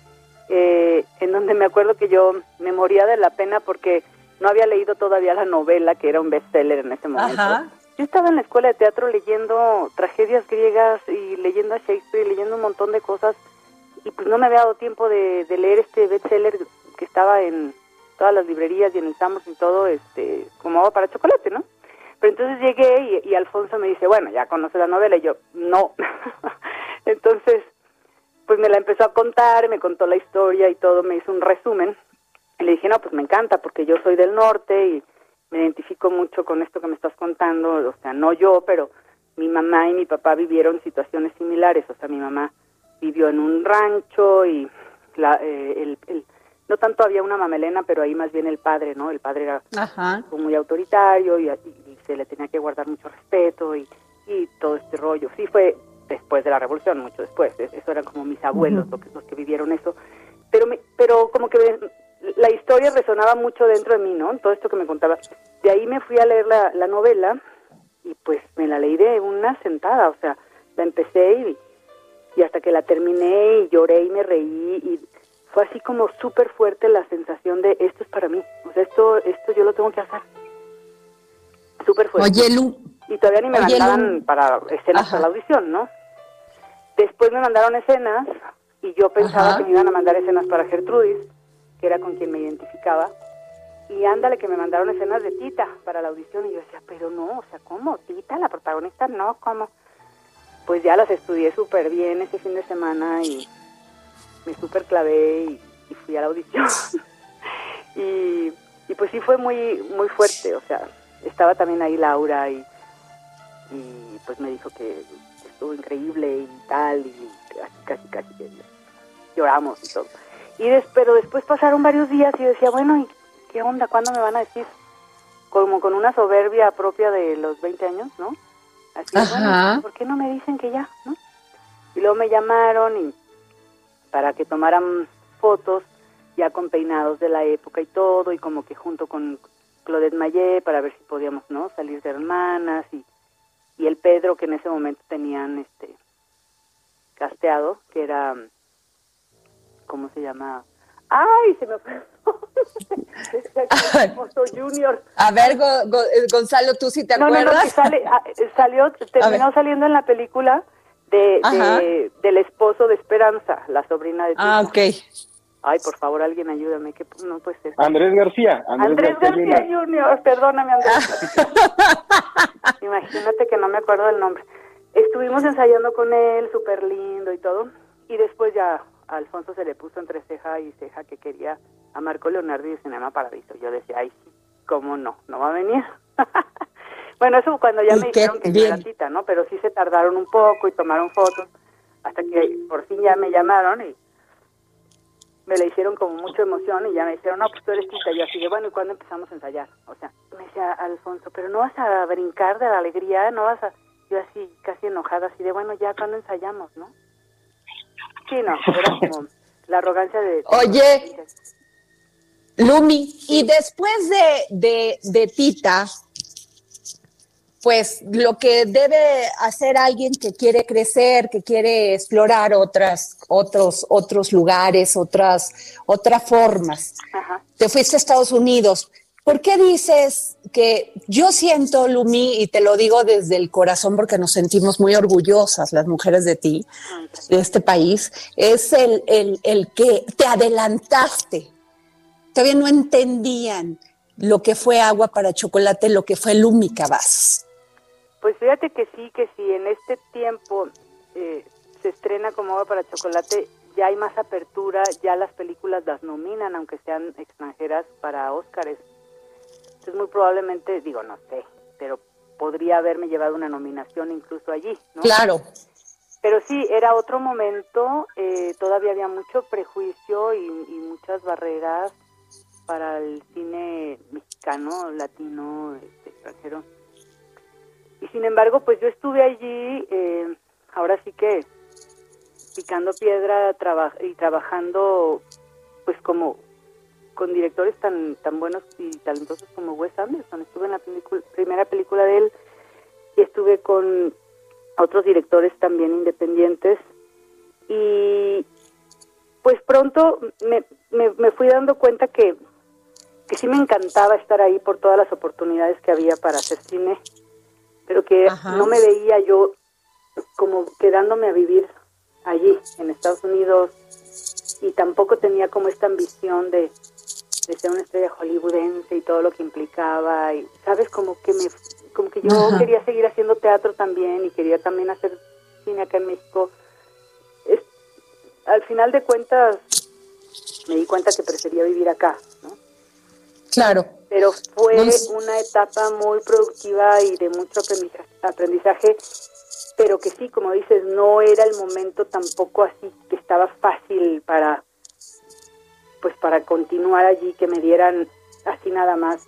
eh, en donde me acuerdo que yo me moría de la pena porque no había leído todavía la novela, que era un bestseller en ese momento. Ajá. Yo estaba en la escuela de teatro leyendo tragedias griegas y leyendo a Shakespeare y leyendo un montón de cosas, y pues no me había dado tiempo de, de leer este bestseller que estaba en todas las librerías y en el Samos y todo, este, Como agua para chocolate, ¿no? Pero entonces llegué y, y Alfonso me dice, bueno, ¿ya conoce la novela? Y yo, no. Entonces, pues me la empezó a contar, me contó la historia y todo, me hizo un resumen. Y le dije, no, pues me encanta, porque yo soy del norte y me identifico mucho con esto que me estás contando. O sea, no yo, pero mi mamá y mi papá vivieron situaciones similares. O sea, mi mamá vivió en un rancho y la, eh, el, el, no tanto había una mamelena, pero ahí más bien el padre, ¿no? El padre era Ajá. muy autoritario y, y, y se le tenía que guardar mucho respeto y, y todo este rollo. Sí, fue después de la revolución, mucho después. Eso eran como mis abuelos uh-huh. los, que, los que vivieron eso. Pero, me, pero como que me, la historia resonaba mucho dentro de mí, ¿no? Todo esto que me contaba. De ahí me fui a leer la, la novela y pues me la leí de una sentada. O sea, la empecé y... y hasta que la terminé y lloré y me reí, y fue así como súper fuerte la sensación de esto es para mí, o sea, esto esto yo lo tengo que hacer. Súper fuerte. Oye, Lu. Y todavía ni me Oye, mandaban Lu. para escenas Ajá. para la audición, ¿no? Después me mandaron escenas y yo pensaba Ajá. que me iban a mandar escenas para Gertrudis, que era con quien me identificaba, y ándale que me mandaron escenas de Tita para la audición, y yo decía, pero no, o sea, ¿cómo? ¿Tita, la protagonista? No, ¿cómo? Pues ya las estudié súper bien ese fin de semana y me súper clavé y, y fui a la audición. y, y pues sí fue muy muy fuerte, o sea, estaba también ahí Laura y, y pues me dijo que estuvo increíble y tal, y casi casi casi lloramos y todo. Y des, pero después pasaron varios días y yo decía, bueno, ¿y qué onda? ¿Cuándo me van a decir? Como con una soberbia propia de los veinte años, ¿no? Así, bueno, ¿por qué no me dicen que ya, no? Y luego me llamaron y para que tomaran fotos ya con peinados de la época y todo, y como que junto con Claudette Mayé para ver si podíamos, ¿no? Salir de hermanas, y, y el Pedro que en ese momento tenían este casteado, que era, ¿cómo se llama? ¡Ay, se me fue! Junior. A ver, Go, Go, Gonzalo, ¿tú sí te acuerdas? No, no, no, que sale, salió, terminó saliendo en la película de, de del esposo de Esperanza, la sobrina de Tita. Ah, ok. Ay, por favor, alguien ayúdame, que no puede ser. Andrés García. Andrés, Andrés García, García Junior. Junior, perdóname, Andrés. Imagínate que no me acuerdo del nombre. Estuvimos ensayando con él, súper lindo y todo, y después ya a Alfonso se le puso entre ceja y ceja que quería a Marco Leonardo y Cinema Paradiso. Yo decía, ay, sí, ¿cómo no? ¿No va a venir? Bueno, eso cuando ya me dijeron que era cita, ¿no? Pero sí se tardaron un poco y tomaron fotos hasta que por fin ya me llamaron y me la hicieron como mucha emoción y ya me dijeron, no, pues tú eres cita. Y yo así de, bueno, ¿y cuándo empezamos a ensayar? O sea, me decía Alfonso, pero no vas a brincar de la alegría, no vas a... Yo así, casi enojada, así de, bueno, ya, ¿cuándo ensayamos, no? Sí, no, era como la arrogancia de... Oye, Lumi, y después de, de, de Tita, pues lo que debe hacer alguien que quiere crecer, que quiere explorar otras, otros, otros lugares, otras, otras formas. Ajá. Te fuiste a Estados Unidos. ¿Por qué dices que yo siento, Lumi, y te lo digo desde el corazón porque nos sentimos muy orgullosas las mujeres de ti, de este país, es el, el, el que te adelantaste? Todavía no entendían lo que fue Agua para Chocolate, lo que fue Lumi Cavazos. Pues fíjate que sí, que sí, en este tiempo eh, se estrena como Agua para Chocolate, ya hay más apertura, ya las películas las nominan, aunque sean extranjeras, para Óscares. Entonces muy probablemente, digo, no sé, pero podría haberme llevado una nominación incluso allí, ¿no? Claro. Pero sí, era otro momento, eh, todavía había mucho prejuicio y, y muchas barreras para el cine mexicano, latino, este, extranjero. Y sin embargo, pues yo estuve allí, eh, ahora sí que picando piedra traba- y trabajando pues como con directores tan tan buenos y talentosos como Wes Anderson. Estuve en la película, primera película de él y estuve con otros directores también independientes y pues pronto me, me, me fui dando cuenta que, que sí me encantaba estar ahí por todas las oportunidades que había para hacer cine, pero que Ajá. no me veía yo como quedándome a vivir allí en Estados Unidos y tampoco tenía como esta ambición de, de ser una estrella hollywoodense y todo lo que implicaba y sabes como que me como que yo Ajá. quería seguir haciendo teatro también y quería también hacer cine acá en México. Es, al final de cuentas me di cuenta que prefería vivir acá, ¿no? Claro. Pero fue una etapa muy productiva y de mucho aprendizaje, pero que sí, como dices, no era el momento tampoco así que estaba fácil para, pues para continuar allí, que me dieran así nada más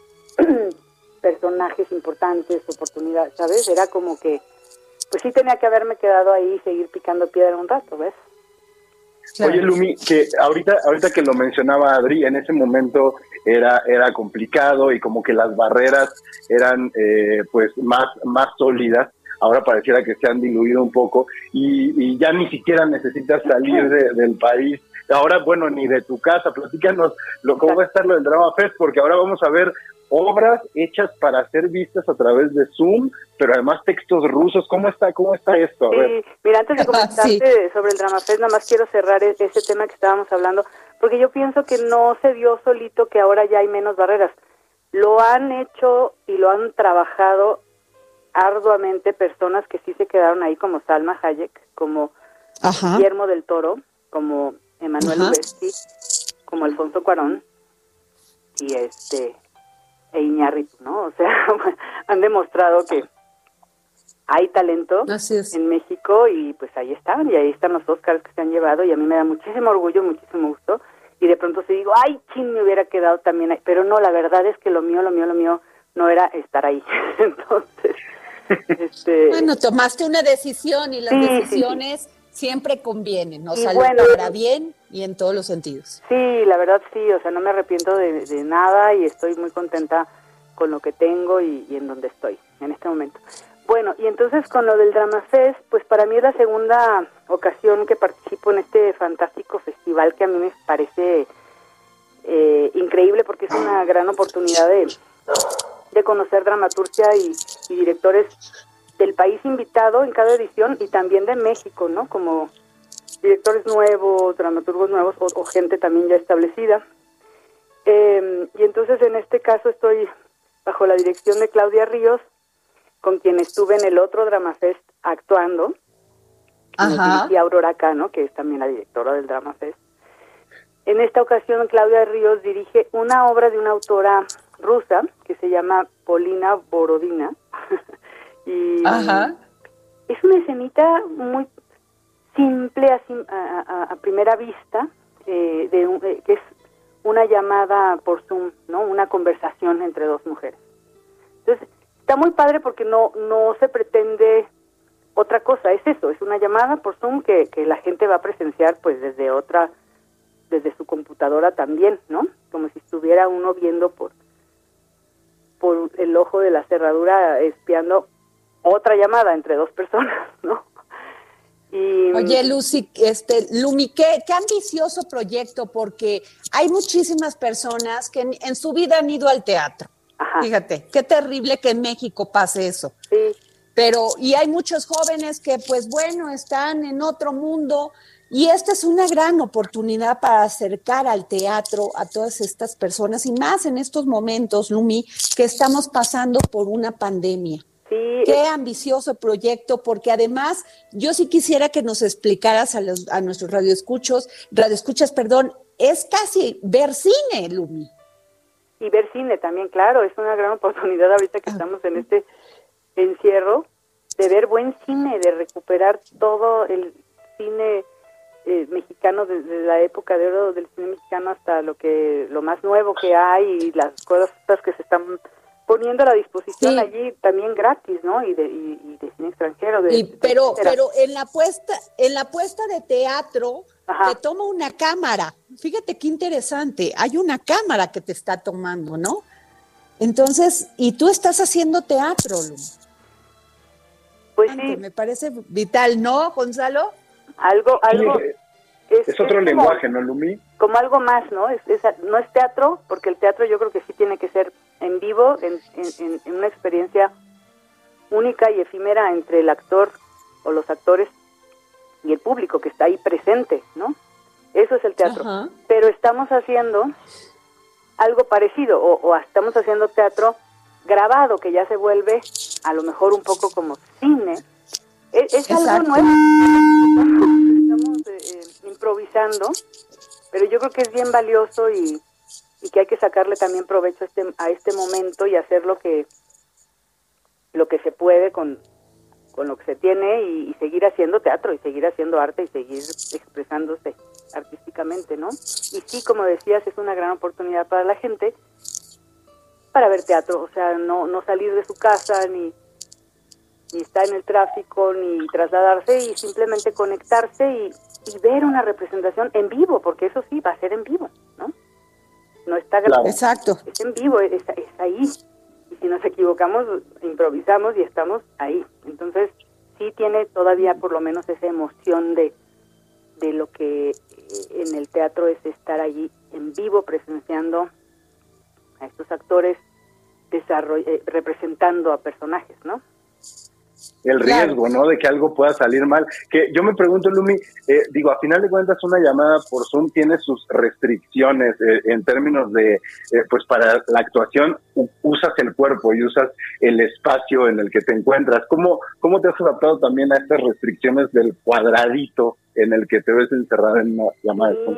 personajes importantes, oportunidades, ¿sabes? Era como que, pues sí tenía que haberme quedado ahí y seguir picando piedra un rato, ¿ves? Claro. Oye, Lumi, que ahorita ahorita que lo mencionaba Adri, en ese momento era era complicado y como que las barreras eran eh, pues más más sólidas. Ahora pareciera que se han diluido un poco y, y ya ni siquiera necesitas salir de, del país. Ahora, bueno, ni de tu casa. Platícanos lo, cómo va a estar lo del Drama Fest, porque ahora vamos a ver obras hechas para ser vistas a través de Zoom, pero además textos rusos. ¿Cómo está cómo está esto? A ver. Sí, mira, antes de comentarte sí. sobre el Drama Fest, nada más quiero cerrar ese tema que estábamos hablando, porque yo pienso que no se dio solito que ahora ya hay menos barreras. Lo han hecho y lo han trabajado arduamente personas que sí se quedaron ahí, como Salma Hayek, como Ajá. Guillermo del Toro, como Emanuel Lubezki, como Alfonso Cuarón y este e Iñárritu, ¿no? O sea, han demostrado que hay talento en México y pues ahí están, y ahí están los Óscars que se han llevado y a mí me da muchísimo orgullo, muchísimo gusto y de pronto sí digo, ay, chin, me hubiera quedado también ahí, pero no, la verdad es que lo mío, lo mío, lo mío no era estar ahí. Entonces, este... Bueno, tomaste una decisión y las sí, decisiones... Sí, sí. Siempre conviene, ¿no? Salud bueno, para bien y en todos los sentidos. Sí, la verdad sí, o sea, no me arrepiento de, de nada y estoy muy contenta con lo que tengo y, y en donde estoy en este momento. Bueno, y entonces con lo del Drama Fest, pues para mí es la segunda ocasión que participo en este fantástico festival que a mí me parece eh, increíble porque es una gran oportunidad de, de conocer dramaturgia y, y directores del país invitado en cada edición y también de México, ¿no? Como directores nuevos, dramaturgos nuevos o, o gente también ya establecida. Eh, y entonces en este caso estoy bajo la dirección de Claudia Ríos con quien estuve en el otro Drama Fest actuando. Ajá. Y Aurora Cano, que es también la directora del Drama Fest. En esta ocasión, Claudia Ríos dirige una obra de una autora rusa que se llama Polina Borodina. y Ajá. es una escenita muy simple así, a, a, a primera vista, eh, de un, eh, que es una llamada por Zoom, ¿no? Una conversación entre dos mujeres. Entonces, está muy padre porque no no se pretende otra cosa, es eso, es una llamada por Zoom que, que la gente va a presenciar pues desde otra, desde su computadora también, ¿no? Como si estuviera uno viendo por por el ojo de la cerradura, espiando otra llamada entre dos personas, ¿no? Y, Oye, Lucy, este, Lumi, qué, qué ambicioso proyecto, porque hay muchísimas personas que en, en su vida han ido al teatro. Ajá. Fíjate, qué terrible que en México pase eso. Sí. Pero, y hay muchos jóvenes que, pues bueno, están en otro mundo, y esta es una gran oportunidad para acercar al teatro a todas estas personas, y más en estos momentos, Lumi, que estamos pasando por una pandemia. Sí, Qué ambicioso proyecto, porque además yo sí quisiera que nos explicaras a, los, a nuestros radioescuchos, radioescuchas, perdón, es casi ver cine, Lumi. Y ver cine también, claro, es una gran oportunidad ahorita que estamos en este encierro, de ver buen cine, de recuperar todo el cine eh, mexicano desde la época de oro del cine mexicano hasta lo que lo más nuevo que hay y las cosas que se están poniendo a la disposición, sí, allí también gratis, ¿no? Y de, y, y de cine extranjero. De, y, pero de pero en la puesta en la puesta de teatro, ajá, te toma una cámara. Fíjate qué interesante. Hay una cámara que te está tomando, ¿no? Entonces, y tú estás haciendo teatro, Lu. Pues sí. Me parece vital, ¿no, Gonzalo? Algo, algo. Sí, es, es otro es lenguaje, como, ¿no, Lumi? Como algo más, ¿no? Es, es, no es teatro, porque el teatro yo creo que sí tiene que ser en vivo, en, en, en una experiencia única y efímera entre el actor o los actores y el público que está ahí presente, ¿no? Eso es el teatro. Ajá. Pero estamos haciendo algo parecido, o, o estamos haciendo teatro grabado, que ya se vuelve a lo mejor un poco como cine. Es, es algo nuevo. Estamos eh, eh, improvisando, pero yo creo que es bien valioso y, y que hay que sacarle también provecho a este, a este momento y hacer lo que lo que se puede con, con lo que se tiene y, y seguir haciendo teatro y seguir haciendo arte y seguir expresándose artísticamente, ¿no? Y sí, como decías, es una gran oportunidad para la gente para ver teatro, o sea, no, no salir de su casa ni ni estar en el tráfico, ni trasladarse, y simplemente conectarse y, y ver una representación en vivo, porque eso sí, va a ser en vivo, ¿no? No está grabado. Exacto. Es en vivo, es, es ahí. Y si nos equivocamos, improvisamos y estamos ahí. Entonces, sí tiene todavía por lo menos esa emoción de, de lo que en el teatro es estar allí en vivo, presenciando a estos actores desarroll- eh, representando a personajes, ¿no? El riesgo, ¿no? De que algo pueda salir mal. Que yo me pregunto, Lumi, eh, digo, a final de cuentas una llamada por Zoom tiene sus restricciones eh, en términos de, eh, pues para la actuación u- usas el cuerpo y usas el espacio en el que te encuentras. ¿Cómo, cómo te has adaptado también a estas restricciones del cuadradito en el que te ves encerrado en una llamada de Zoom?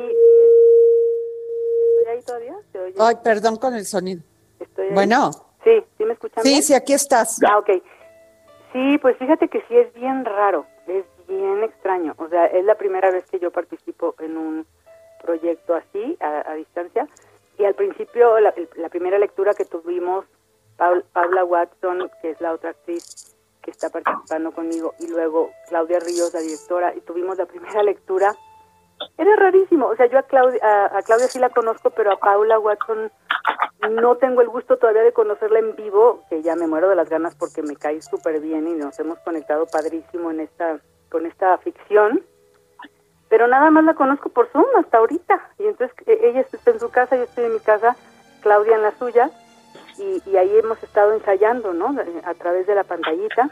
¿Estoy ahí todavía? ¿Se oye? Ay, perdón con el sonido. ¿Estoy ahí? Bueno. Sí, ¿sí me escuchan Sí, bien? sí, aquí estás. Ah, ok. Sí, pues fíjate que sí es bien raro, es bien extraño. O sea, es la primera vez que yo participo en un proyecto así, a, a distancia. Y al principio, la, la primera lectura que tuvimos, Paul, Paula Watson, que es la otra actriz que está participando conmigo, y luego Claudia Ríos, la directora, y tuvimos la primera lectura. Era rarísimo. O sea, yo a Claudia, a, a Claudia sí la conozco, pero a Paula Watson no tengo el gusto todavía de conocerla en vivo, que ya me muero de las ganas porque me cae súper bien y nos hemos conectado padrísimo en esta con esta ficción, pero nada más la conozco por Zoom hasta ahorita. Y entonces ella está en su casa, yo estoy en mi casa, Claudia en la suya, y, y ahí hemos estado ensayando, ¿no? A través de la pantallita.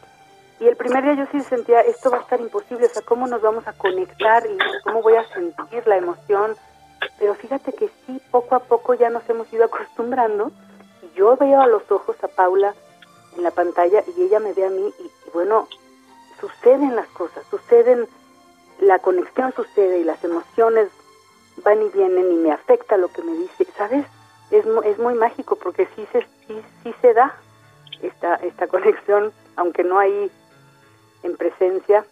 Y el primer día yo sí sentía, esto va a estar imposible, o sea, ¿cómo nos vamos a conectar y cómo voy a sentir la emoción? Pero fíjate que sí, poco a poco ya nos hemos ido acostumbrando, y yo veo a los ojos a Paula en la pantalla y ella me ve a mí y, y bueno, suceden las cosas, suceden, la conexión sucede y las emociones van y vienen y me afecta lo que me dice, ¿sabes? Es, es muy mágico porque sí se, sí, sí se da esta, esta conexión, aunque no hay en presencia,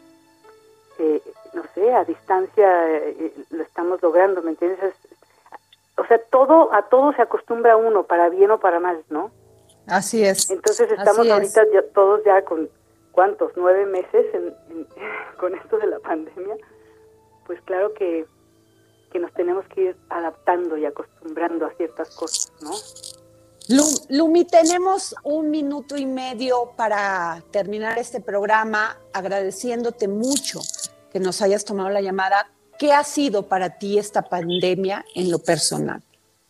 eh, no sé, a distancia eh, lo estamos logrando, ¿me entiendes? Es, o sea, todo, a todo se acostumbra uno, para bien o para mal, ¿no? Así es. Entonces estamos Así es. ahorita ya, todos ya con, ¿cuántos? Nueve meses en, en, con esto de la pandemia. Pues claro que, que nos tenemos que ir adaptando y acostumbrando a ciertas cosas, ¿no? Lumi, tenemos un minuto y medio para terminar este programa, agradeciéndote mucho que nos hayas tomado la llamada. ¿Qué ha sido para ti esta pandemia en lo personal?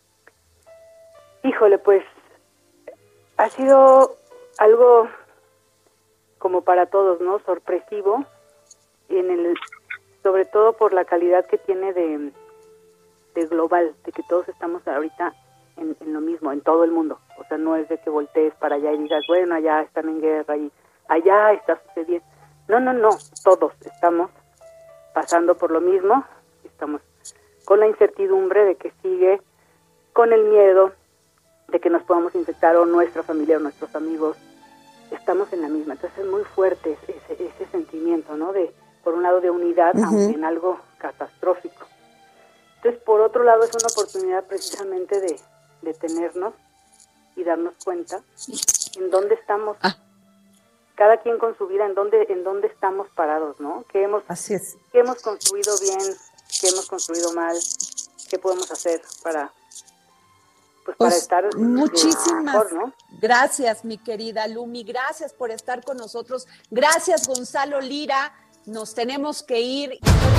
Híjole, pues ha sido algo como para todos, ¿no? Sorpresivo, en el, sobre todo por la calidad que tiene de, de global, de que todos estamos ahorita en, en lo mismo, en todo el mundo. O sea, no es de que voltees para allá y digas, bueno, allá están en guerra y allá está sucediendo. No, no, no, todos estamos pasando por lo mismo, estamos con la incertidumbre de que sigue, con el miedo de que nos podamos infectar o nuestra familia o nuestros amigos, estamos en la misma. Entonces es muy fuerte ese, ese sentimiento, ¿no? De, por un lado, de unidad, uh-huh. aunque en algo catastrófico. Entonces, por otro lado, es una oportunidad precisamente de detenernos y darnos cuenta en dónde estamos, ah. cada quien con su vida, en dónde, en dónde estamos parados, ¿no? ¿Qué hemos, Así es. ¿Qué hemos construido bien? ¿Qué hemos construido mal? ¿Qué podemos hacer para, pues, para pues, estar muchísimas mejor, ¿no? Gracias, mi querida Lumi, gracias por estar con nosotros. Gracias, Gonzalo Lira. Nos tenemos que ir.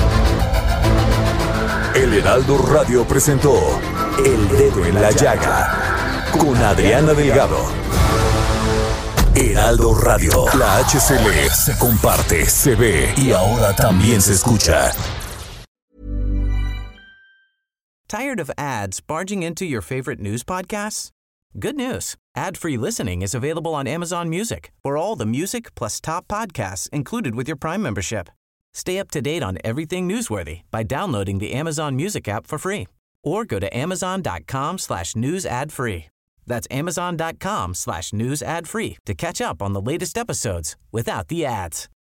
El Heraldo Radio presentó El Dedo en la Llaga con Adriana Delgado. Heraldo Radio, la H C L se comparte, se ve y ahora también se escucha. Tired of ads barging into your favorite news podcasts? Good news. Ad-free listening is available on Amazon Music for all the music plus top podcasts included with your Prime membership. Stay up to date on everything newsworthy by downloading the Amazon Music app for free or go to amazon.com slash news ad free. That's amazon.com slash news ad free to catch up on the latest episodes without the ads.